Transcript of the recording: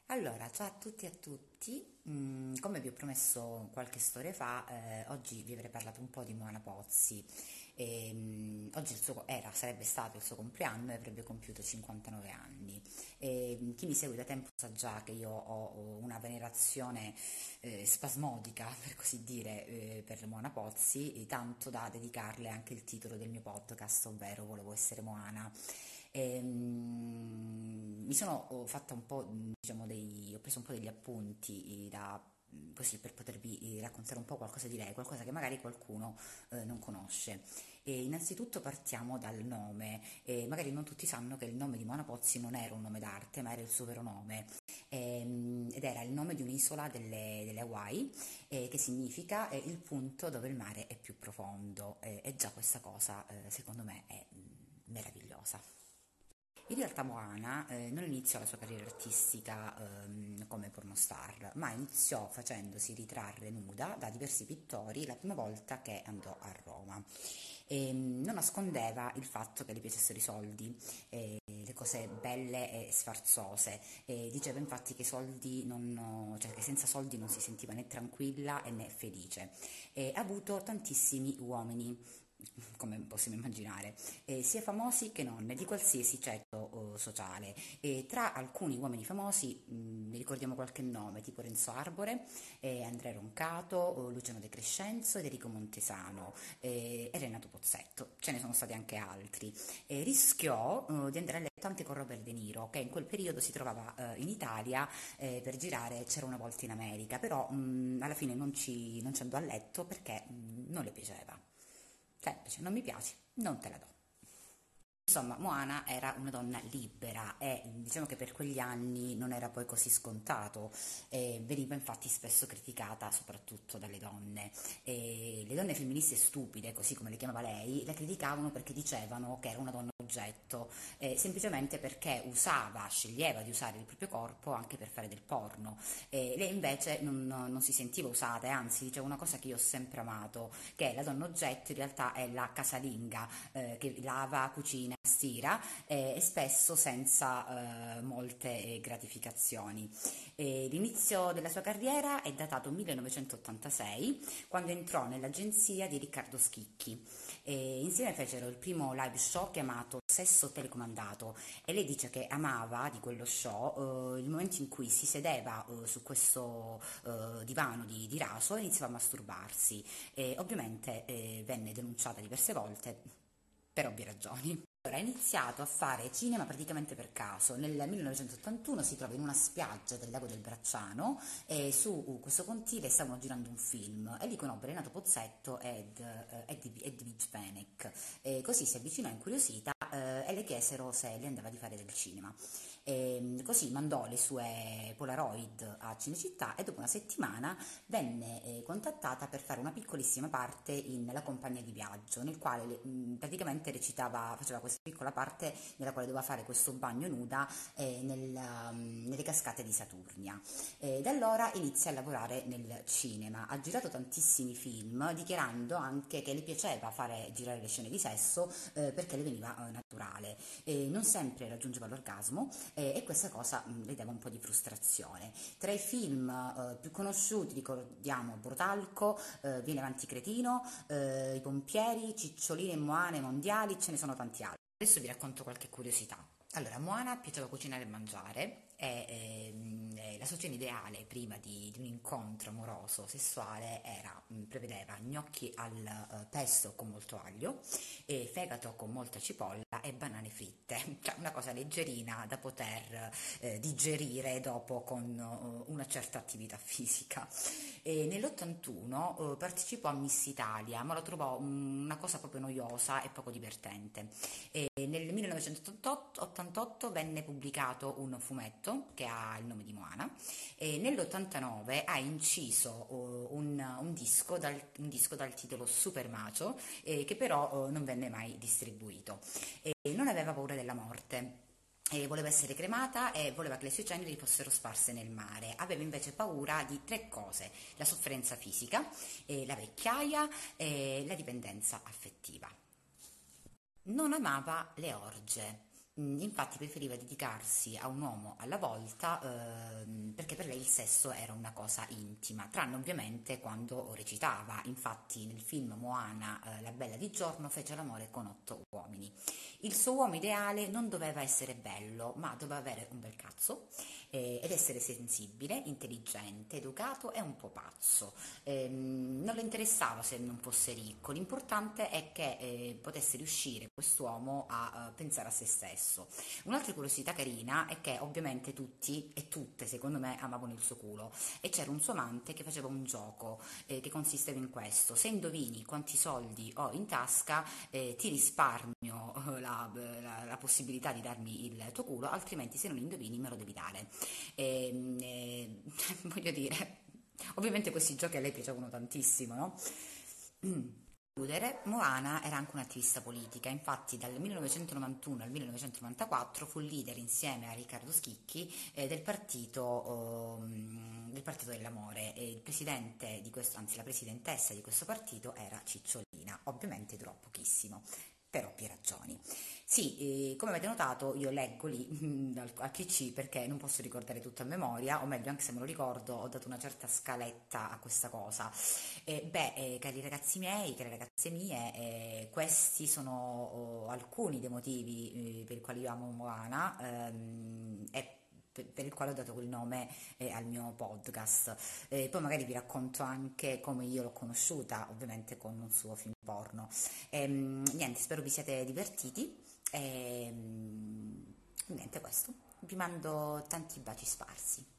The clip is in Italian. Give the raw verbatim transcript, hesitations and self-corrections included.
Allora, ciao a tutti e a tutti. Mm, come vi ho promesso qualche storia fa, eh, oggi vi avrei parlato un po' di Moana Pozzi. E, mm, oggi il suo, era, sarebbe stato il suo compleanno e avrebbe compiuto cinquantanove anni. E, mm, chi mi segue da tempo sa già che io ho, ho una venerazione eh, spasmodica, per così dire, eh, per Moana Pozzi, eh, tanto da dedicarle anche il titolo del mio podcast, ovvero Volevo essere Moana. Ehm, mi sono ho fatta un po', mh, diciamo, dei, ho preso un po' degli appunti eh, da, mh, così per potervi eh, raccontare un po' qualcosa di lei, qualcosa che magari qualcuno eh, non conosce. E innanzitutto partiamo dal nome. Eh, magari non tutti sanno che il nome di Mona Pozzi non era un nome d'arte, ma era il suo vero nome. Ehm, ed era il nome di un'isola delle, delle Hawaii, eh, che significa eh, il punto dove il mare è più profondo. Eh, e già questa cosa, eh, secondo me, è mh, meravigliosa. In realtà Moana eh, non iniziò la sua carriera artistica ehm, come pornostar, ma iniziò facendosi ritrarre nuda da diversi pittori la prima volta che andò a Roma. E, mm, non nascondeva il fatto che le piacessero i soldi, eh, le cose belle e sfarzose. E diceva infatti che, i soldi non, cioè che senza soldi non si sentiva né tranquilla e né felice. E ha avuto tantissimi uomini, come possiamo immaginare, eh, sia famosi che non, di qualsiasi ceto eh, sociale. E tra alcuni uomini famosi mh, ne ricordiamo qualche nome, tipo Renzo Arbore, eh, Andrea Roncato, eh, Luciano De Crescenzo, Enrico Montesano eh, e Renato Pozzetto. Ce ne sono stati anche altri. E rischiò eh, di andare a letto anche con Robert De Niro, che in quel periodo si trovava eh, in Italia eh, per girare C'era una volta in America, però mh, alla fine non ci, non ci andò a letto perché mh, non le piaceva. Semplice, non mi piaci, non te la do. Insomma, Moana era una donna libera e diciamo che per quegli anni non era poi così scontato, e veniva infatti spesso criticata soprattutto dalle donne. E le donne femministe stupide, così come le chiamava lei, la criticavano perché dicevano che era una donna oggetto, eh, semplicemente perché usava, sceglieva di usare il proprio corpo anche per fare del porno. E lei invece non, non si sentiva usata, e anzi diceva una cosa che io ho sempre amato, che la donna oggetto in realtà è la casalinga, eh, che lava, cucina, stira eh, e spesso senza eh, molte eh, gratificazioni. E l'inizio della sua carriera è datato millenovecentottantasei, quando entrò nell'agenzia di Riccardo Schicchi. E insieme fecero il primo live show chiamato Sesso Telecomandato, e lei dice che amava di quello show eh, il momento in cui si sedeva eh, su questo eh, divano di, di raso e iniziava a masturbarsi. E ovviamente eh, venne denunciata diverse volte per ovvie ragioni. Allora, ha iniziato a fare cinema praticamente per caso. Nel millenovecentottantuno si trova in una spiaggia del lago del Bracciano e su questo pontile stavano girando un film e lì conobbe Renato Pozzetto ed eh, Eddie, Eddie Fenech. E così si avvicinò incuriosita eh, e le chiesero se le andava di fare del cinema. E, così mandò le sue Polaroid a Cinecittà e dopo una settimana venne eh, contattata per fare una piccolissima parte in La compagnia di viaggio, nel quale mh, praticamente recitava, faceva questa piccola parte nella quale doveva fare questo bagno nuda eh, nel, um, nelle cascate di Saturnia. E da allora inizia a lavorare nel cinema, ha girato tantissimi film, dichiarando anche che le piaceva fare girare le scene di sesso eh, perché le veniva eh, naturale. E non sempre raggiungeva l'orgasmo eh, e questa cosa mh, le dava un po' di frustrazione. Tra i film eh, più conosciuti ricordiamo Brutalco, eh, Viene avanti cretino, eh, I pompieri, Ciccioline e Moane mondiali, ce ne sono tanti altri. Adesso vi racconto qualche curiosità. Allora, a Moana piaceva cucinare e mangiare e ehm, eh, la sua cena ideale prima di, di un incontro amoroso sessuale era, mh, prevedeva gnocchi al eh, pesto con molto aglio, e fegato con molta cipolla e banane fritte, cioè una cosa leggerina da poter eh, digerire dopo con eh, una certa attività fisica. E nell'ottantuno eh, partecipò a Miss Italia, ma lo trovò mm, una cosa proprio noiosa e poco divertente. E nel millenovecentottantotto venne pubblicato un fumetto che ha il nome di Moana, e nell'ottantanove ha inciso eh, un, un disco dal, un disco dal titolo Super Macio, eh, che però eh, non venne mai distribuito. E non aveva paura della morte. E voleva essere cremata e voleva che le sue ceneri fossero sparse nel mare. Aveva invece paura di tre cose: la sofferenza fisica, eh, la vecchiaia e la dipendenza affettiva. Non amava le orge. Mm, Infatti preferiva dedicarsi a un uomo alla volta, ehm, perché per lei il sesso era una cosa intima, tranne ovviamente quando recitava. Infatti nel film Moana, eh, La bella di giorno, fece l'amore con otto uomini. Il suo uomo ideale non doveva essere bello, ma doveva avere un bel cazzo, eh, ed essere sensibile, intelligente, educato e un po' pazzo. Ehm, non le interessava se non fosse ricco, l'importante è che eh, potesse riuscire quest'uomo a eh, pensare a se stesso. Un'altra curiosità carina è che ovviamente tutti e tutte, secondo me, amavano il suo culo, e c'era un suo amante che faceva un gioco eh, che consisteva in questo: se indovini quanti soldi ho in tasca, eh, ti risparmio eh, la, la- la possibilità di darmi il tuo culo, altrimenti se non indovini me lo devi dare. E, eh, voglio dire, ovviamente questi giochi a lei piacevano tantissimo, no? Chiudere, Moana era anche un'attivista politica, infatti dal millenovecentonovantuno al millenovecentonovantaquattro fu leader insieme a Riccardo Schicchi eh, del partito, ehm, del partito dell'amore, e il presidente di questo, anzi la presidentessa di questo partito era Cicciolina. Ovviamente durò pochissimo, per ovvie ragioni. Sì, eh, come avete notato io leggo lì mm, al, al P C perché non posso ricordare tutto a memoria, o meglio, anche se me lo ricordo, ho dato una certa scaletta a questa cosa. Eh, beh, eh, cari ragazzi miei, cari ragazze mie, eh, questi sono oh, alcuni dei motivi eh, per i quali io amo Moana, ehm, e per per il quale ho dato quel nome eh, al mio podcast. Eh, poi magari vi racconto anche come io l'ho conosciuta, ovviamente con un suo film porno. Ehm, niente, spero vi siate divertiti. E, niente, questo. Vi mando tanti baci sparsi.